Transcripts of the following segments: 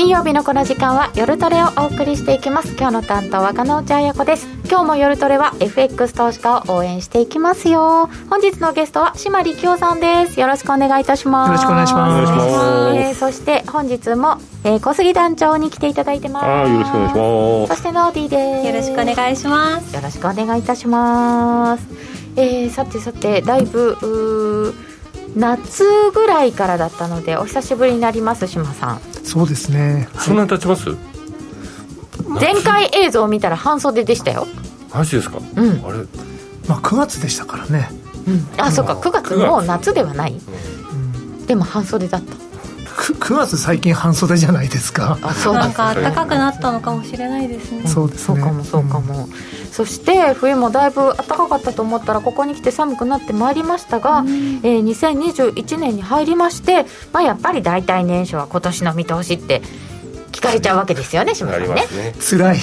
金曜日のこの時間は夜トレをお送りしていきます。今日の担当は加納内彩子です。今日も夜トレは FX 投資家を応援していきますよ。本日のゲストは島力夫さんです。よろしくお願いいたします。 よろしくお願いします。 そして本日も、小杉団長に来ていただいてます。 よろしくお願いします。 そしてノーディーです。 よろしくお願いします。 よろしくお願いいたします。さてだいぶ夏ぐらいからだったのでお久しぶりになります。島さん。 そうですね、 そんなに経ちます？ 前回映像を見たら半袖でしたよ。 マジですか？ うん、 あれ、 9月でしたからね、 そうか、9月もう夏ではない、でも半袖だった。 9月最近半袖じゃないですか。 そうなんか暖かくなったのかもしれないですね。 そうですね、 そうかも、そして冬もだいぶ暖かかったと思ったらここに来て寒くなってまいりましたが、2021年に入りまして、やっぱり大体年初は今年の見通しって聞かれちゃうわけですよね、島さんね。 辛い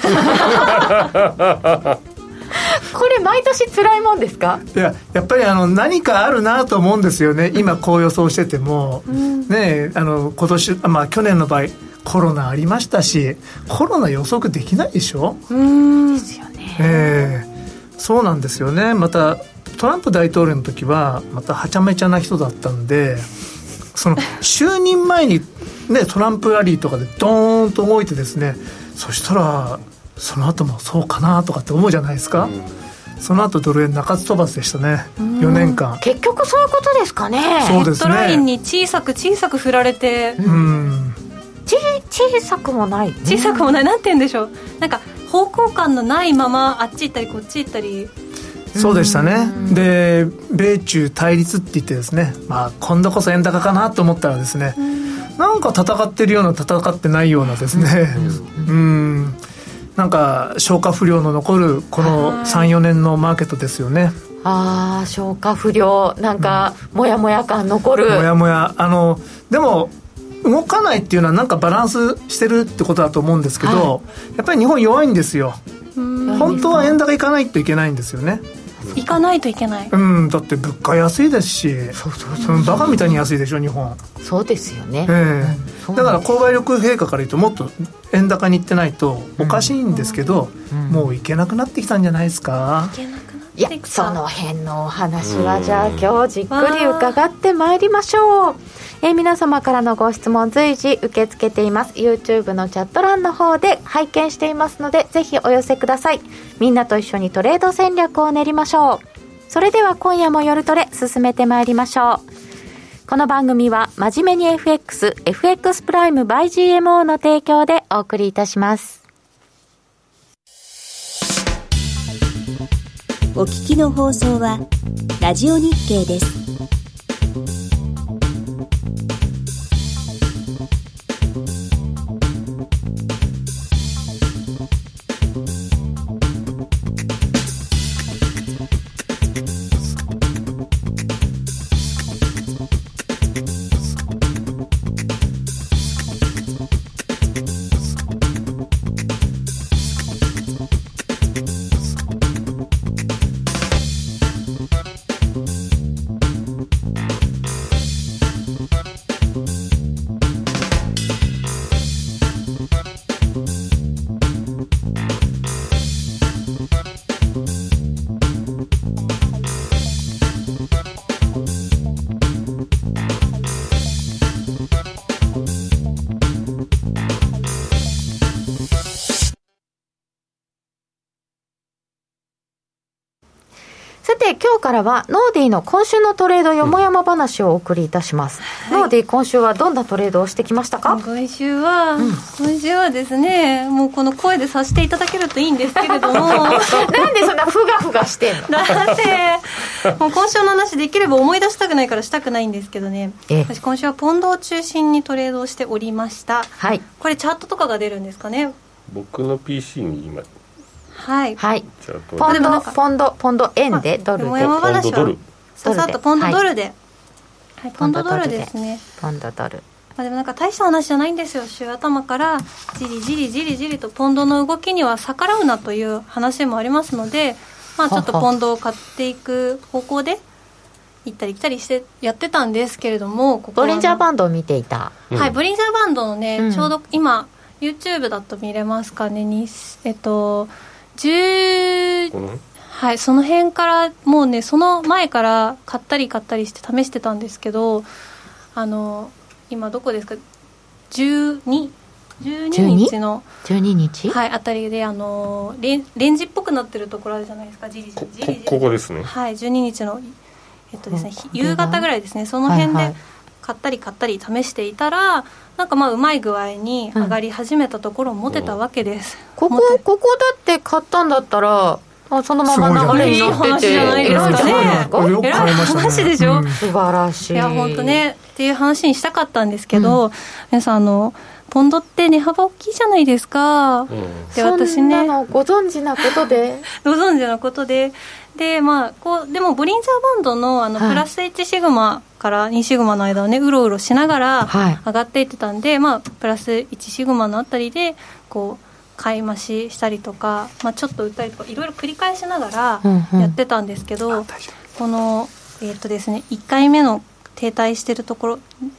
これ毎年辛いもんですか？ やっぱり何かあるなと思うんですよね。今こう予想してても、ね、今年、去年の場合コロナありましたし、コロナ予測できないでしょ。 ですよね。 そうなんですよね。またトランプ大統領の時はまたはちゃめちゃな人だったんで、その就任前に、トランプラリーとかでドーンと動いてですね、そしたらその後もそうかなとかって思うじゃないですか。その後ドル円中津飛ばずでしたね、4年間。 結局そういうことですかね。 そうですね。 ヘッドラインに小さく振られて、 小さくもない、 なんて言うんでしょう、なんか方向感のないままあっち行ったりこっち行ったり。 そうでしたね。で米中対立って言ってですね、今度こそ円高かなと思ったらですね、なんか戦ってるような戦ってないようなですね、なんか消化不良の残るこの 3,4 年のマーケットですよね。 消化不良、なんかもやもや感残る。 もやもや、でも動かないっていうのはなんかバランスしてるってことだと思うんですけど、やっぱり日本弱いんですよ。本当は円高いかないといけないんですよね。 行かないといけない。 だって物価安いですし、バカみたいに安いでしょ日本。 そうですよね。 だから購買力陛下から言うともっと円高に行ってないとおかしいんですけど、もう行けなくなってきたんじゃないですか。 いや、その辺のお話はじゃあ今日じっくり伺ってまいりましょう。皆様からのご質問随時受け付けています。 YouTube のチャット欄の方で拝見していますので、ぜひお寄せください。みんなと一緒にトレード戦略を練りましょう。それでは今夜も夜トレ進めてまいりましょう。この番組は真面目に FX プライム by GMO の提供でお送りいたします。 お聞きの放送はラジオ日経です。 さて今日からはノーディーの今週のトレードよもやま話をお送りいたします。ノーディー、今週はどんなトレードをしてきましたか？ 今週はですね、もうこの声でさせていただけるといいんですけれどもなんでそんなふがふがしてんの？ だってもう今週の話できれば思い出したくないからしたくないんですけどね。私今週はポンドを中心にトレードをしておりました。これチャートとかが出るんですかね？ 僕の PC に今ポンド円でドルで、 もやま話はささっとポンドドルで、ポンドドルですね。 ポンドドル、 でもなんか大した話じゃないんですよ。週頭からじりじりとポンドの動きには逆らうなという話もありますので、ちょっとポンドを買っていく方向で行ったり来たりしてやってたんですけれども、 ボリンジャーバンドを見ていた、 はい、ボリンジャーバンドのね、ちょうど今 YouTube だと見れますかね、はい、その辺からもうね、その前から買ったりして試してたんですけど、今どこですか、12日の 12日、 はい、あたりでレンジっぽくなってるところあるじゃないですか、 ここですね、 はい、12日のですね、夕方ぐらいですね、その辺で買ったり試していたら、なんかまあうまい具合に上がり始めたところを持てたわけです、 ここだって買ったんだったらそのまま流れに乗ってて偉い話じゃないですかね。 よく買いましたね。 話でしょ、 素晴らしい。 いや本当ねっていう話にしたかったんですけど、皆さんポンドって値幅大きいじゃないですか、 で私ね、そんなのご存知なことででまあでもボリンジャーバンドのプラス1シグマから2シグマの間をねうろうろしながら上がっていってたんで、まあプラス1シグマのあたりで買い増ししたりとか、まあ、ちょっと売ったりとかいろいろ繰り返しながらやってたんですけど、このですね1回目の停滞してるところ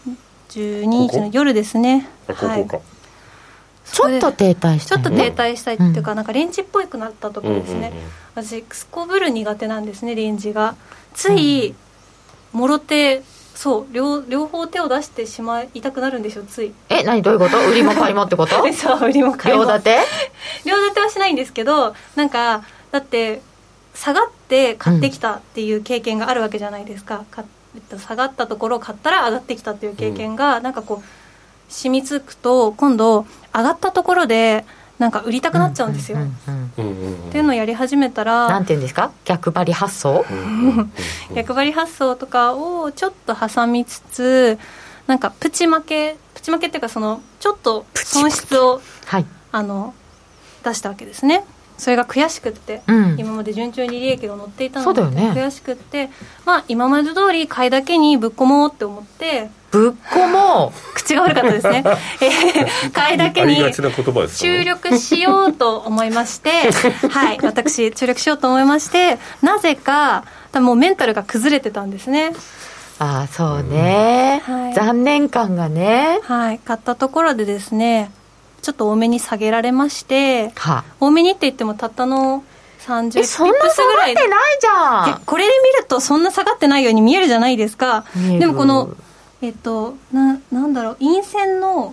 12日の夜ですね、はい、 ちょっと停滞したいっていうか、なんかレンジっぽくなったところですね、私すこぶる苦手なんですね、レンジがついもろ手、そう両方手を出してしまいたくなるんですよ、つい。 何どういうこと？売りも買いもってこと？ そう、売りも買いも。 両立てはしないんですけど、なんかだって下がって買ってきたっていう経験があるわけじゃないですか、下がったところを買ったら上がってきたっていう経験がなんか染みつくと、今度上がったところでなんか売りたくなっちゃうんですよ、っていうのをやり始めたら、 なんていうんですか、逆張り発想逆張り発想とかをちょっと挟みつつ、なんかプチ負けっていうか、ちょっと損失を、はい、出したわけですね。それが悔しくって、今まで順調に利益が乗っていたので、悔しくって、まあ、今まで通り買いだけにぶっ込もうって思って、口が悪かったですね買いだけに注力しようと思いましてはい、私注力しようと思いまして、なぜかもうメンタルが崩れてたんですね。 そうね、はい、残念感がね、 はい、買ったところでですね、ちょっと多めに下げられまして、多めにって言ってもたったの30ピップスぐらい。 そんな下がってないじゃん。 これで見るとそんな下がってないように見えるじゃないですか。でもこのなんだろう、陰線の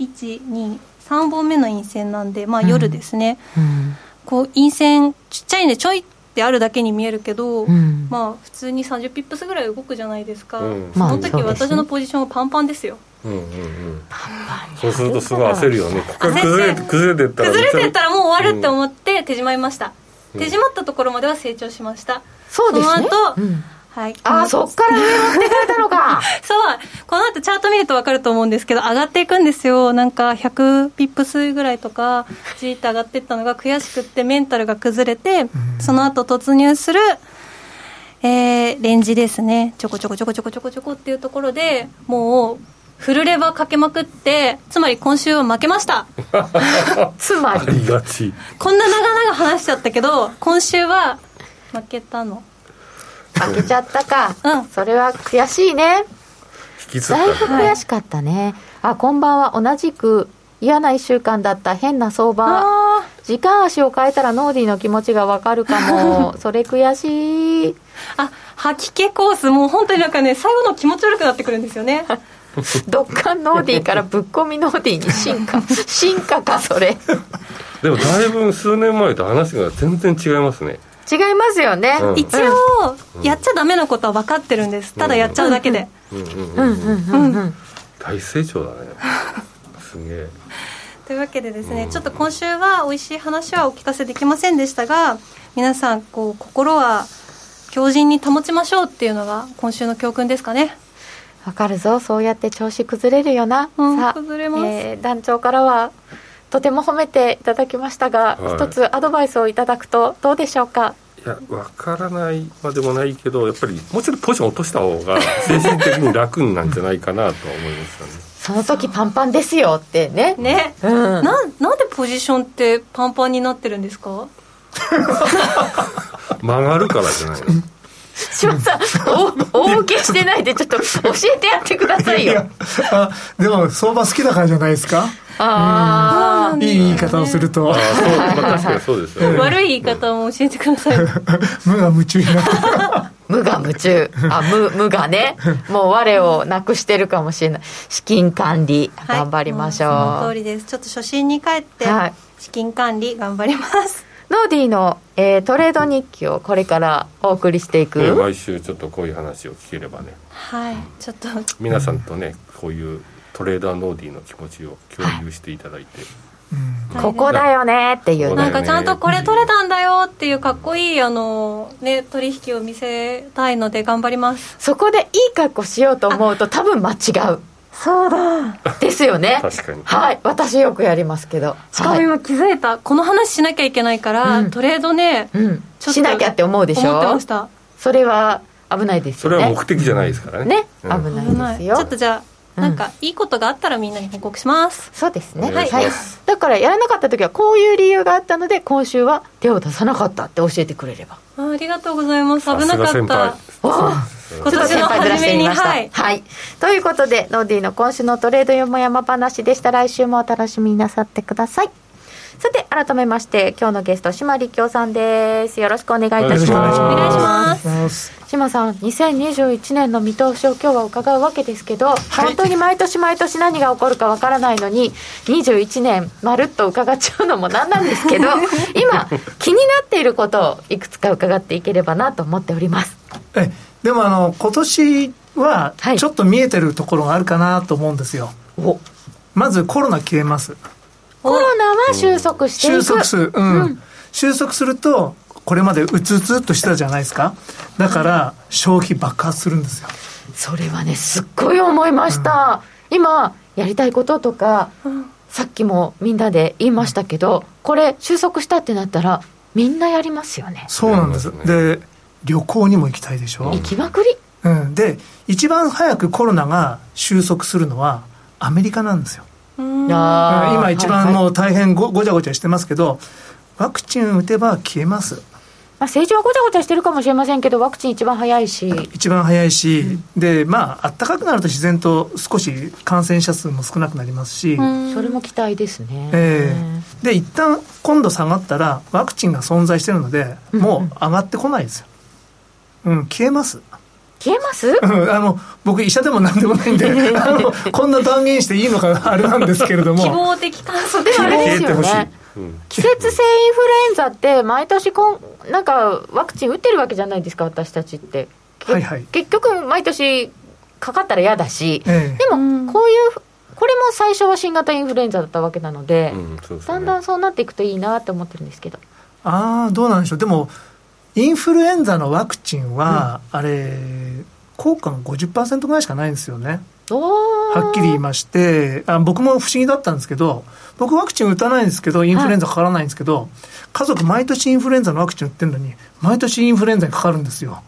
1、2、3本目の陰線なんで、まあ夜ですね、陰線ちっちゃいんでちょいってあるだけに見えるけど、まあ普通に30ピップスぐらい動くじゃないですか、その時私のポジションはパンパンですよ。 そうするとすごい焦るよね。崩れてったらもう終わるって思って手締まりました、手締まったところまでは成長しました。 そうですね。 その後、はい、 そっから上持ってくれたのかそう、この後チャート見ると分かると思うんですけど、上がっていくんですよ。なんか100ピップスぐらいとかじーって上がっていったのが悔しくってメンタルが崩れて、その後突入する、レンジですね、ちょこちょこっていうところでもうフルレバーかけまくって、つまり今週は負けましたつまりこんな長々話しちゃったけど、今週は負けたの。 負けちゃったか、それは悔しいね。だいぶ悔しかったね、こんばんは。同じく嫌な1週間だった変な相場、時間足を変えたらノーディーの気持ちが分かるかもそれ悔しい。 吐き気コース、もう本当になんかね、最後の気持ち悪くなってくるんですよねドッカンノーディーからぶっ込みノーディーに進化かそれでもだいぶ数年前と話が全然違いますね。 違いますよね、 一応、やっちゃダメなことは分かってるんです。ただやっちゃうだけで。 大成長だねすげえ。 というわけでですね、ちょっと今週は美味しい話はお聞かせできませんでしたが、皆さん心は強靭に保ちましょうっていうのが今週の教訓ですかね。 わかるぞ、そうやって調子崩れるよな、 崩れます。 団長からはとても褒めていただきましたが、一つアドバイスをいただくとどうでしょうか。 いや、わからないまでもないけど、やっぱりもうちょっとポジション落とした方が精神的に楽なんじゃないかなとは思いましたねその時パンパンですよってね。 なんでポジションってパンパンになってるんですか曲がるからじゃないの島さん大受けしてないでちょっと教えてやってくださいよ。 でも相場好きだからじゃないですか。いい言い方をすると確かにそうですよね。 悪い言い方も教えてください。 無我夢中になって無我夢中無我ねもう我をなくしてるかもしれない。資金管理頑張りましょう、 はい、その通りです。ちょっと初心に帰って資金管理頑張ります。 ノーディーの、トレード日記をこれからお送りしていく、 毎週ちょっとこういう話を聞ければね、 はい、ちょっと皆さんとねこういうトレーダーノーディーの気持ちを共有していただいて、 ここだよねっていう、 なんかちゃんとこれ取れたんだよっていうかっこいいね、取引を見せたいので頑張ります。 そこでいい格好しようと思うと多分間違う。そうだですよね。 確かに、 はい、私よくやりますけど、 しかも今気づいた、この話しなきゃいけないから、トレードね、 ちょっとしなきゃって思うでしょ。 思ってました。 それは危ないですよね。 それは目的じゃないですからね。 危ないですよ。 ちょっとじゃあなんかいいことがあったらみんなに報告します。 そうですね。 はい。 だからやらなかった時はこういう理由があったので今週は手を出さなかったって教えてくれれば。 ありがとうございます。危なかった。 今年の初めに、はい、ということでノーディーの今週のトレードよもやま話でした。来週もお楽しみになさってください。さて改めまして今日のゲスト島力夫さんです。よろしくお願いいたします。 お願いします。 島さん2021年の見通しを今日は伺うわけですけど、本当に毎年毎年何が起こるかわからないのに21年まるっと伺っちゃうのもなんなんですけど今気になっていることをいくつか伺っていければなと思っております。 でも今年はちょっと見えてるところがあるかなと思うんですよ。まずコロナ消えます。 コロナは収束していく。 収束するとこれまでうつうつっとしてたじゃないですか。だから消費爆発するんですよ。 それはねすっごい思いました、今やりたいこととか、さっきもみんなで言いましたけど、これ収束したってなったらみんなやりますよね。 そうなんです。で旅行にも行きたいでしょ。 行きまくり、 で一番早くコロナが収束するのはアメリカなんですよ。今一番もう大変ごちゃごちゃしてますけど、ワクチン打てば消えます。 政治はごちゃごちゃしてるかもしれませんけどワクチン一番早いし、で暖かくなると自然と少し感染者数も少なくなりますし、 それも期待ですね。 で一旦今度下がったらワクチンが存在してるので、もう上がってこないですよ。消えます。 消えます？ 僕医者でも何でもないんでこんな断言していいのかあれなんですけれども、 希望的観測でもあれですよね。季節性インフルエンザって毎年なんかワクチン打ってるわけじゃないですか、私たちって、結局毎年かかったら嫌だし、でもこれも最初は新型インフルエンザだったわけなので、だんだんそうなっていくといいなって思ってるんですけど。 どうなんでしょう。でもインフルエンザのワクチンは、あれ効果が 50% ぐらいしかないんですよね。はっきり言いまして、僕も不思議だったんですけど、僕ワクチン打たないんですけどインフルエンザかからないんですけど、家族毎年インフルエンザのワクチン打ってるのに毎年インフルエンザにかかるんですよ。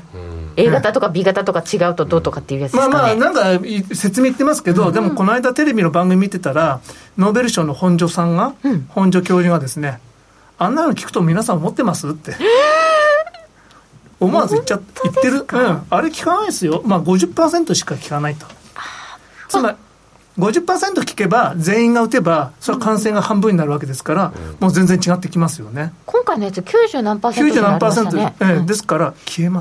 A 型とか B 型とか違うとどうとかっていうやつですかね。 なんか説明言ってますけど、でもこの間テレビの番組見てたらノーベル賞の本庶さんが、本庶教授がですね、あんなの聞くと皆さん思ってますって思わず言ってる、あれ聞かないですよ。50% しか聞かないと。つまり 50% 聞けば全員が打てばそれは感染が半分になるわけですから、もう全然違ってきますよね。 今回のやつ90何%になりましたね。 ですから消えます。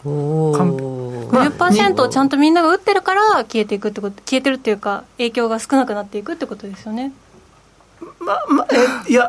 50% ちゃんとみんなが打ってるから消えていくってこと、消えてるっていうか影響が少なくなっていくってことですよね。 いや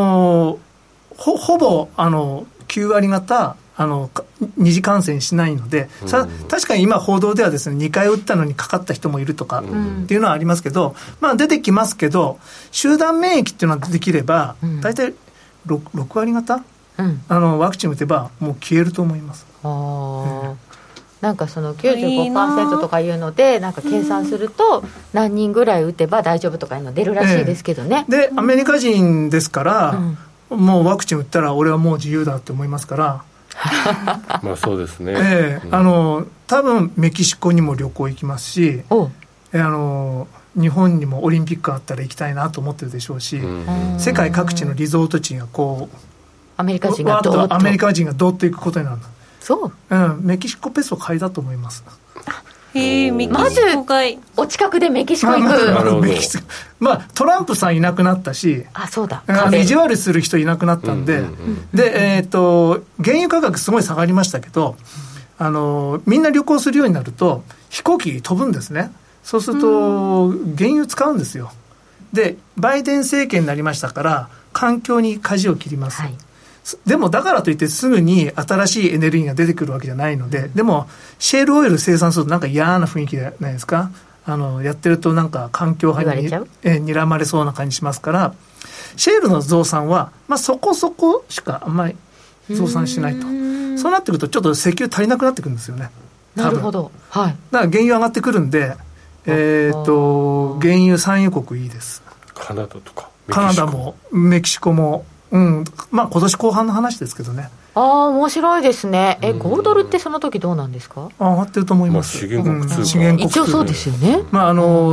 ほぼ9割方二次感染しないので、確かに今報道ではですね、2回打ったのにかかった人もいるとかっていうのはありますけど、出てきますけど、集団免疫っていうのができれば大体 6割方、ワクチン打てばもう消えると思います。 なんかその 95% とかいうのでなんか計算すると何人ぐらい打てば大丈夫とかいうの出るらしいですけどね。 でアメリカ人ですから、もうワクチン打ったら俺はもう自由だって思いますからそうですね、 多分メキシコにも旅行行きますし、日本にもオリンピックあったら行きたいなと思ってるでしょうし、世界各地のリゾート地がこうアメリカ人がどーっと行くことになる。 そう、 メキシコペソ買いだと思います。 メキシコ買い、 お近くでメキシコ行く。 トランプさんいなくなったし、 そうだ、 意地悪する人いなくなったんで、で、原油価格すごい下がりましたけど、みんな旅行するようになると飛行機飛ぶんですね。そうすると原油使うんですよ。でバイデン政権になりましたから環境に舵を切ります、はい、でもだからといってすぐに新しいエネルギーが出てくるわけじゃないので、でもシェールオイル生産するとなんか嫌な雰囲気じゃないですか。やってるとなんか環境派に睨まれそうな感じしますから、シェールの増産は、そこそこしかあんまり増産しないと。そうなってくるとちょっと石油足りなくなってくるんですよね。 なるほど、はい、 だから原油上がってくるんで、原油産油国いいです。 カナダとかカナダもメキシコも、今年後半の話ですけどね。 面白いですね。5ドルってその時どうなんですか？ 上がってると思います。 資源国通貨、一応そうですよね。 今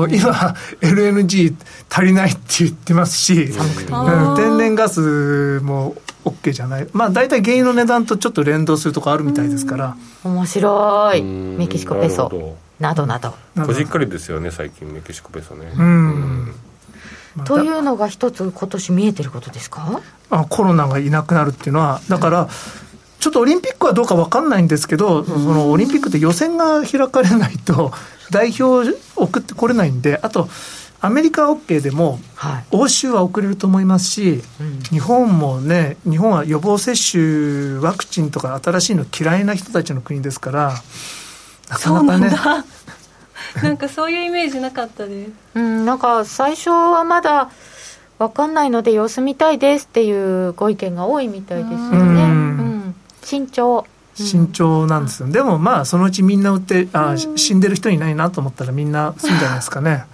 LNG 足りないって言ってますし、天然ガスも OK じゃない。大体原油の値段とちょっと連動するとこあるみたいですから。 面白い。メキシコペソなどなど。 こじっかりですよね最近メキシコペソね。 というのが一つ今年見えてることですか？ コロナがいなくなるっていうのは、だからちょっとオリンピックはどうか分かんないんですけど、そのオリンピックって予選が開かれないと代表送ってこれないんで、あとアメリカは OK でも、欧州は遅れると思いますし、日本もね、日本は予防接種ワクチンとか新しいの嫌いな人たちの国ですから、なかなかね。 なんかそういうイメージなかったです。 なんか最初はまだ分かんないので様子見たいですっていうご意見が多いみたいですよね。慎重なんですよ。でもそのうちみんな打って死んでる人いないなと思ったらみんな済んじゃないですかね。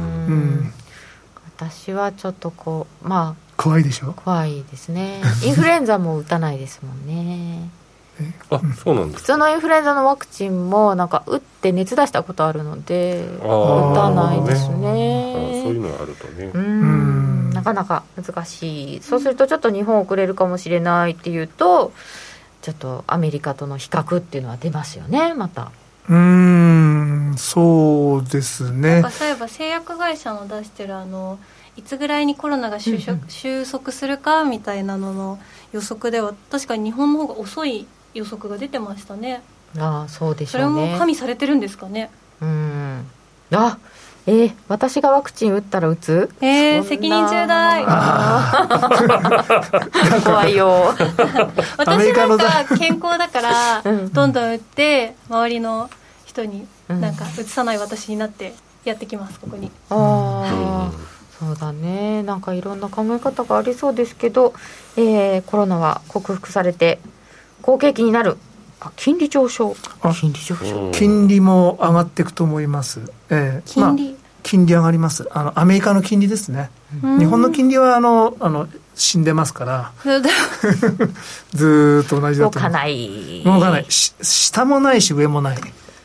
私はちょっと怖いでしょ。 怖いですね。インフルエンザも打たないですもんね。 そうなんです。 普通のインフルエンザのワクチンもなんか打って熱出したことあるので打たないですね。 そういうのがあるとね、 なかなか難しい。そうするとちょっと日本遅れるかもしれないっていうと、ちょっとアメリカとの比較っていうのは出ますよね。またそうですね。 なんかそういえば製薬会社の出してるいつぐらいにコロナが収束するかみたいなのの予測では確かに日本の方が遅い予測が出てましたね。 そうでしょうね。 それも加味されてるんですかね。 私がワクチン打ったら打つ？ 責任重大。 怖いよ。 私なんか健康だからどんどん打って周りの人になんか打さない私になってやってきます。ここに。 そうだね。なんかいろんな考え方がありそうですけど、コロナは克服されて好景気になる。金利上昇。 金利も上がっていくと思います。金利上がります。アメリカの金利ですね。日本の金利は死んでますからずっと同じだと思う。動かない。下もないし上もない。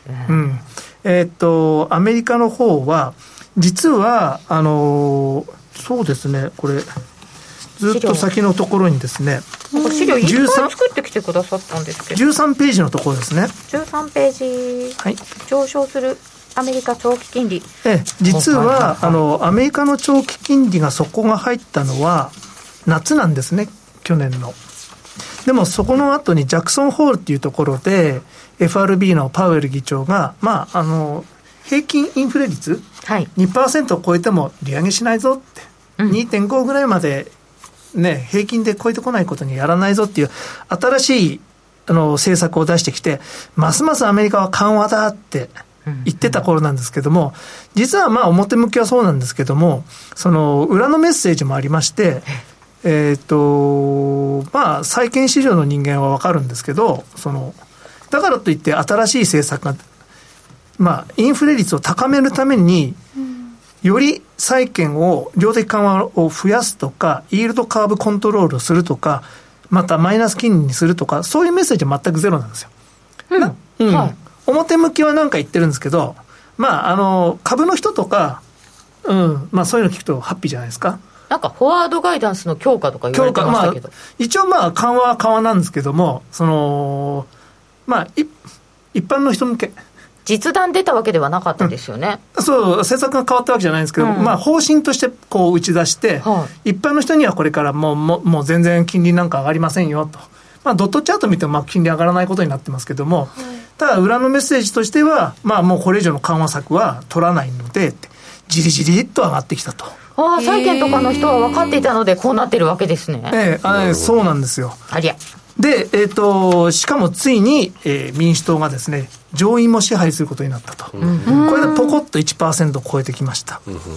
アメリカの方は実はそうですね、これずっと先のところにですね、 資料いっぱい作ってきてくださったんですけど、 13ページのところですね。 13ページ、上昇するアメリカ長期金利。 実はアメリカの長期金利が底が入ったのは夏なんですね、去年の。でもそこの後にジャクソンホールっていうところで FRB のパウエル議長が平均インフレ率、2% を超えても利上げしないぞって、2.5 ぐらいまでね、平均で超えてこないことにやらないぞっていう新しい政策を出してきて、ますますアメリカは緩和だって言ってた頃なんですけども、実は表向きはそうなんですけども、その裏のメッセージもありまして、債券市場の人間は分かるんですけど、だからといって新しい政策がインフレ率を高めるために、より債券を量的緩和を増やすとか、イールドカーブコントロールをするとか、またマイナス金利にするとか、そういうメッセージは全くゼロなんですよ。表向きは何か言ってるんですけど、株の人とか、そういうの聞くとハッピーじゃないですか。 なんかフォワードガイダンスの強化とか言われてましたけど、 一応緩和は緩和なんですけども、 一般の人向け、 実弾出たわけではなかったですよね、 そう政策が変わったわけじゃないんですけど、方針としてこう打ち出して、一般の人にはこれからもう全然金利なんか上がりませんよと、ドットチャート見ても金利上がらないことになってますけども、ただ裏のメッセージとしては、もうこれ以上の緩和策は取らないのでってじりじりっと上がってきたと。 債券とかの人は分かっていたのでこうなってるわけですね。 そうなんですよ。 ありゃで、しかもついに、民主党がですね上院も支配することになったと、これでポコッと 1% を超えてきました、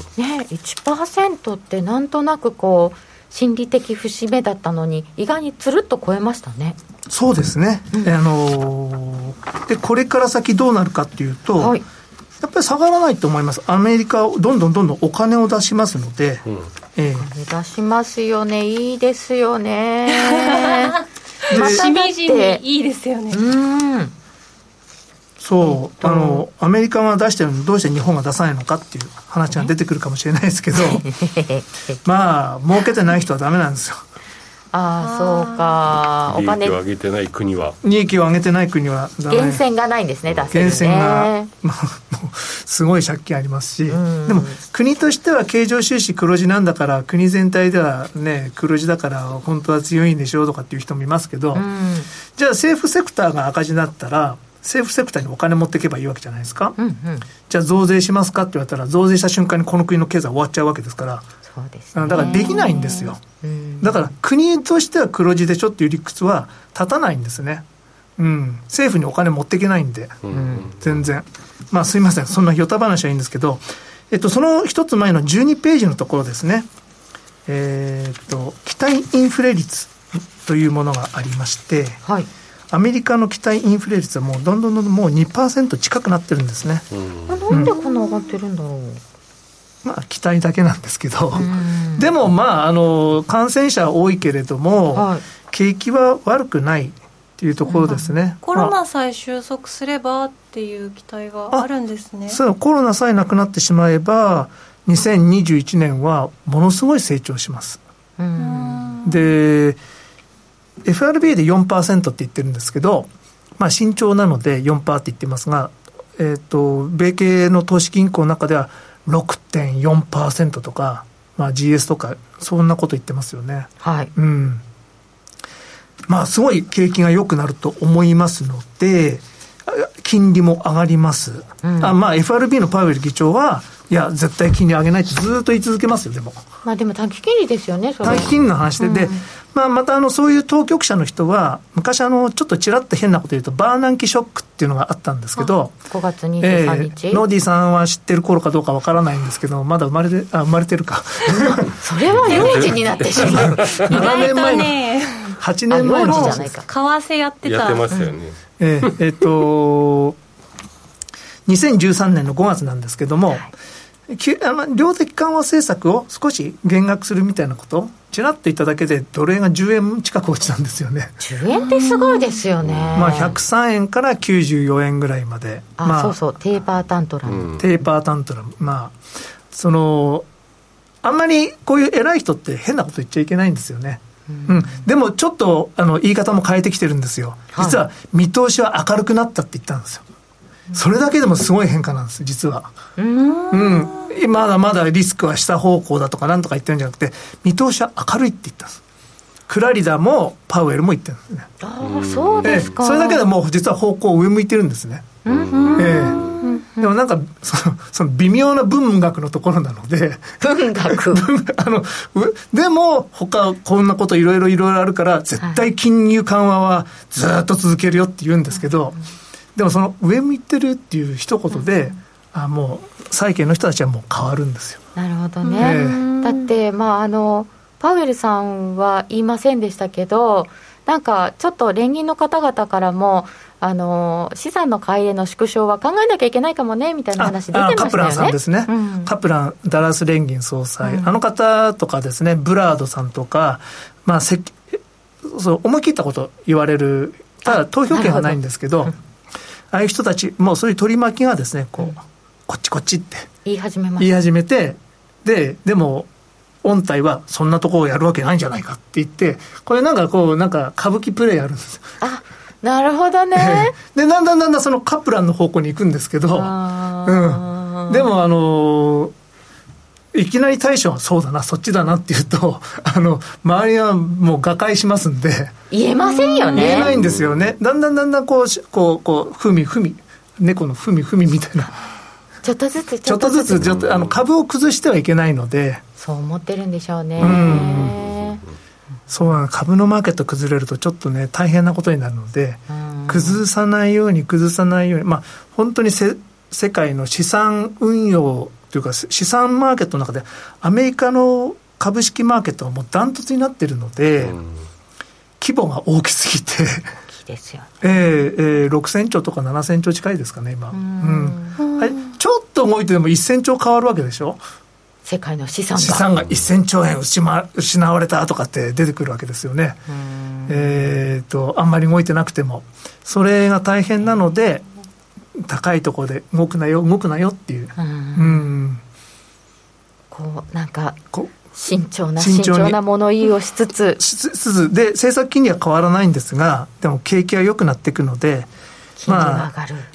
1% ってなんとなくこう心理的節目だったのに意外につるっと超えましたね。 そうですね、でこれから先どうなるかっていうと、やっぱり下がらないと思います。アメリカどんどんお金を出しますので、 お金出しますよね。いいですよねしみじみいいですよね。 そうアメリカが出してるのにどうして日本が出さないのかっていう話が出てくるかもしれないですけど儲けてない人はダメなんですよ。 そうか。 利益を上げてない国は利益を上げてない国はダメ。 源泉がないんですね。出せるね。源泉が、 もうすごい借金ありますし、でも国としては経常収支黒字なんだから国全体ではね黒字だから本当は強いんでしょうとかっていう人もいますけど、じゃあ政府セクターが赤字だったら政府セクターにお金持っていけばいいわけじゃないですか、じゃあ増税しますかって言われたら増税した瞬間にこの国の経済終わっちゃうわけですから、 そうですね、 だからできないんですよ。だから国としては黒字でしょっていう理屈は立たないんですね。政府にお金持っていけないんで、全然すいませんそんなヨタ話はいいんですけど、その一つ前の12ページのところですね、期待インフレ率というものがありまして、アメリカの期待インフレ率はもうどんどんもう 2% 近くなってるんですね。 なんでこんな上がってるんだろう。 期待だけなんですけど、でも感染者は多いけれども、景気は悪くないっていうところですね。 コロナさえ収束すればっていう期待があるんですね。 そう、コロナさえなくなってしまえば2021年はものすごい成長します。で FRB で 4% って言ってるんですけど、慎重なので 4% って言ってますが、米系の投資銀行の中では 6.4% とか、GS とかそんなこと言ってますよね。すごい景気が良くなると思いますので金利も上がります、FRB のパウエル議長はいや絶対金利上げないってずっと言い続けますよ。でも短期金利ですよね。それ短期金利の話で、またそういう当局者の人は昔ちょっとちらっと変なこと言うとバーナンキショックっていうのがあったんですけど、 5月23日、 ノーディさんは知ってる頃かどうかわからないんですけど、まだ生まれてるかそれは幼児になってしまう 7年前の8年前の話です。 為替やってましたよね。 2013年の5月なんですけども、量的緩和政策を少し減額するみたいなことをちらっと言っただけでドル円が10円近く落ちたんですよね。 10円ってすごいですよね。 103円から94円ぐらいまで。 そうそう、テーパータントラム、 テーパータントラム、あんまりこういう偉い人って変なこと言っちゃいけないんですよね。でもちょっと言い方も変えてきてるんですよ。実は見通しは明るくなったって言ったんですよ。それだけでもすごい変化なんです実は。まだまだリスクは下方向だとかなんとか言ってるんじゃなくて見通しは明るいって言ったんです。クラリダもパウエルも言ってるんですね。 そうですか。 それだけでもう実は方向上向いてるんですね。でもなんかその微妙な文学のところなので文学でも他こんなこといろいろあるから絶対金融緩和はずっと続けるよって言うんですけど、でもその上向いてるっていう一言で、もう債券の人たちはもう変わるんですよ。 なるほどね、だってパウエルさんは言いませんでしたけど、なんかちょっと連銀の方々からも資産の買い入れの縮小は考えなきゃいけないかもねみたいな話出てましたよね。 カプランさんですね、カプランダラス連銀総裁、あの方とかですね、ブラードさんとか、そう思い切ったこと言われる、ただ投票権はないんですけど、ああいう人たちもうそういう取り巻きがですねこっちって言い始めて、でも音体はそんなところをやるわけないんじゃないかって言って、これなんか歌舞伎プレイやるんですよ。 なるほどね。 でだんだんそのカプランの方向に行くんですけど、でもいきなり対処はそうだなそっちだなっていうと周りはもう瓦解しますんで言えませんよね。 言えないんですよね。だんだんこうふみ猫のふみみたいなちょっとずつ株を崩してはいけないので、 そう思ってるんでしょうね。 そうなの。株のマーケット崩れるとちょっとね大変なことになるので、崩さないようにまあ本当に世界の資産運用というか資産マーケットの中でアメリカの株式マーケットはもうダントツになっているので、規模が大きすぎてですよね。 6000兆とか7000兆近いですかね今。ちょっと動いてでも1000兆変わるわけでしょ。 世界の資産が1000兆円失われたとかって出てくるわけですよね。あんまり動いてなくてもそれが大変なので、高いところで動くなよっていう、 こうなんか慎重な物言いをしつつで政策金利は変わらないんですが、でも景気は良くなっていくので、 まあ、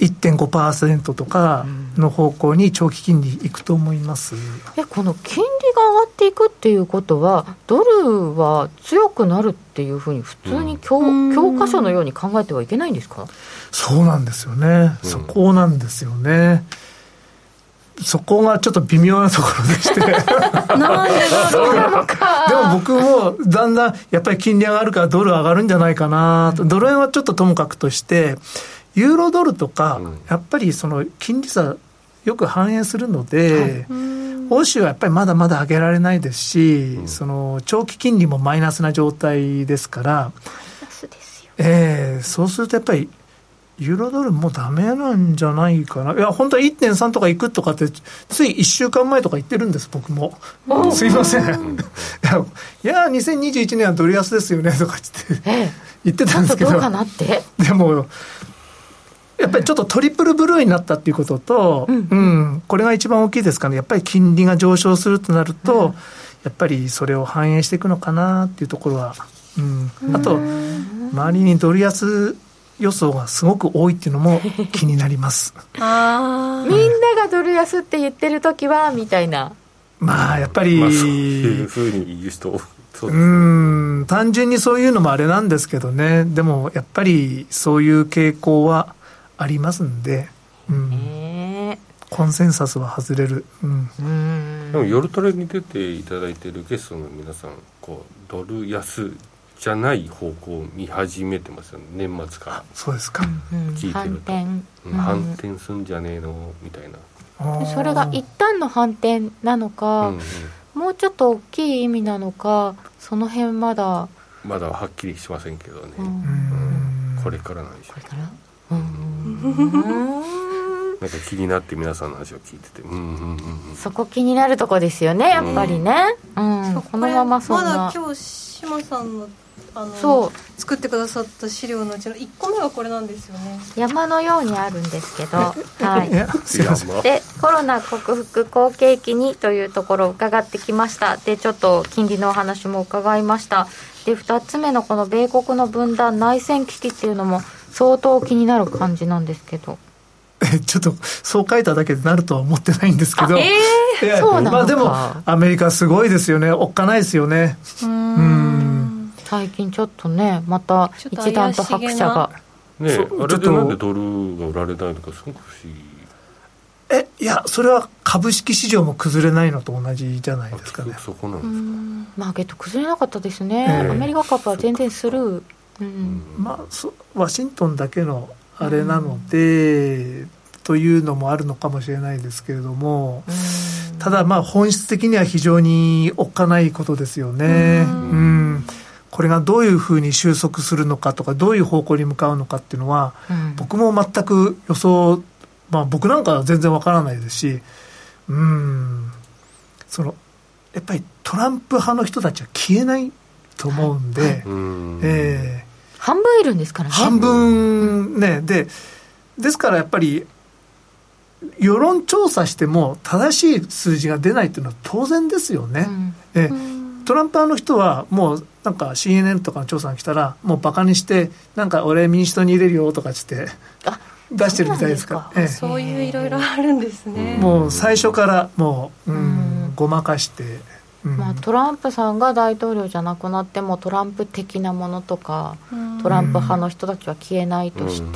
1.5% とかの方向に長期金利いくと思います。 この金利が上がっていくっていうことはドルは強くなるっていうふうに普通に教科書のように考えてはいけないんですか？ そうなんですよね、そこなんですよね。そこがちょっと微妙なところでしてなんでそうなのか。 でも僕もだんだんやっぱり金利上がるからドル上がるんじゃないかなと。ドル円はちょっとともかくとしてユーロドルとかやっぱりその金利差よく反映するので、欧州はやっぱりまだまだ上げられないですし、その長期金利もマイナスな状態ですから、 マイナスですよ。 そうするとやっぱりユーロドルもうダメなんじゃないかな。いや本当は 1.3 とかいくとかってつい1週間前とか言ってるんです。僕もすいませんいや2021年はドル安ですよねとか言ってたんですけど、 どうかなって。でもやっぱりちょっとトリプルブルーになったっていうことと、これが一番大きいですかね。やっぱり金利が上昇するとなると、やっぱりそれを反映していくのかなっていうところは、あと周りにドル安予想がすごく多いっていうのも気になりますみんながドル安って言ってるときはみたいな、 まあやっぱり、そういうふうに言う人そうですね。 単純にそういうのもあれなんですけどね。でもやっぱりそういう傾向はありますんで、コンセンサスは外れる、 でも夜トレに出ていただいているゲストの皆さんドル安じゃない方向を見始めてますよね。年末からそうですか、 聞いてると反転すんじゃねえのみたいな。 それが一旦の反転なのか、もうちょっと大きい意味なのか、その辺まだはっきりしませんけどね、これからなんでしょう。これからなんか気になって皆さんの話を聞いてて、 そこ気になるとこですよねやっぱりね、このままそんなまだ今日島さんの作ってくださった資料のうちの1個目はこれなんですよね。 山のようにあるんですけどでコロナ克服好景気にというところを伺ってきました。でちょっと金利のお話も伺いました。で2つ目のこの米国の分断内戦危機っていうのも相当気になる感じなんですけど、 ちょっとそう書いただけでなるとは思ってないんですけど、 そうなのか。 でもアメリカすごいですよね。おっかないですよね。 最近ちょっとねまた一段と拍車がね。あれでなんでドルが売られないのかすごく不思議。 いやそれは株式市場も崩れないのと同じじゃないですかね。 そこなんですか。 マーケット崩れなかったですね、アメリカ株は全然スルー、 ワシントンだけのあれなので、というのもあるのかもしれないですけれども、ただ本質的には非常におっかないことですよね。これがどういうふうに収束するのかとかどういう方向に向かうのかっていうのは、僕も全く予想、僕なんかは全然わからないですし、やっぱりトランプ派の人たちは消えないと思うんで、 半分いるんですからね。 半分ね、ですからやっぱり世論調査しても正しい数字が出ないというのは当然ですよね。 トランプ派の人はもうなんか CNN とかの調査が来たらもうバカにしてなんか俺民主党に入れるよとかって出してるみたいですから。 そういういろいろあるんですね。 もう最初からもう、ごまかして、 トランプさんが大統領じゃなくなってもトランプ的なものとかトランプ派の人たちは消えないとして、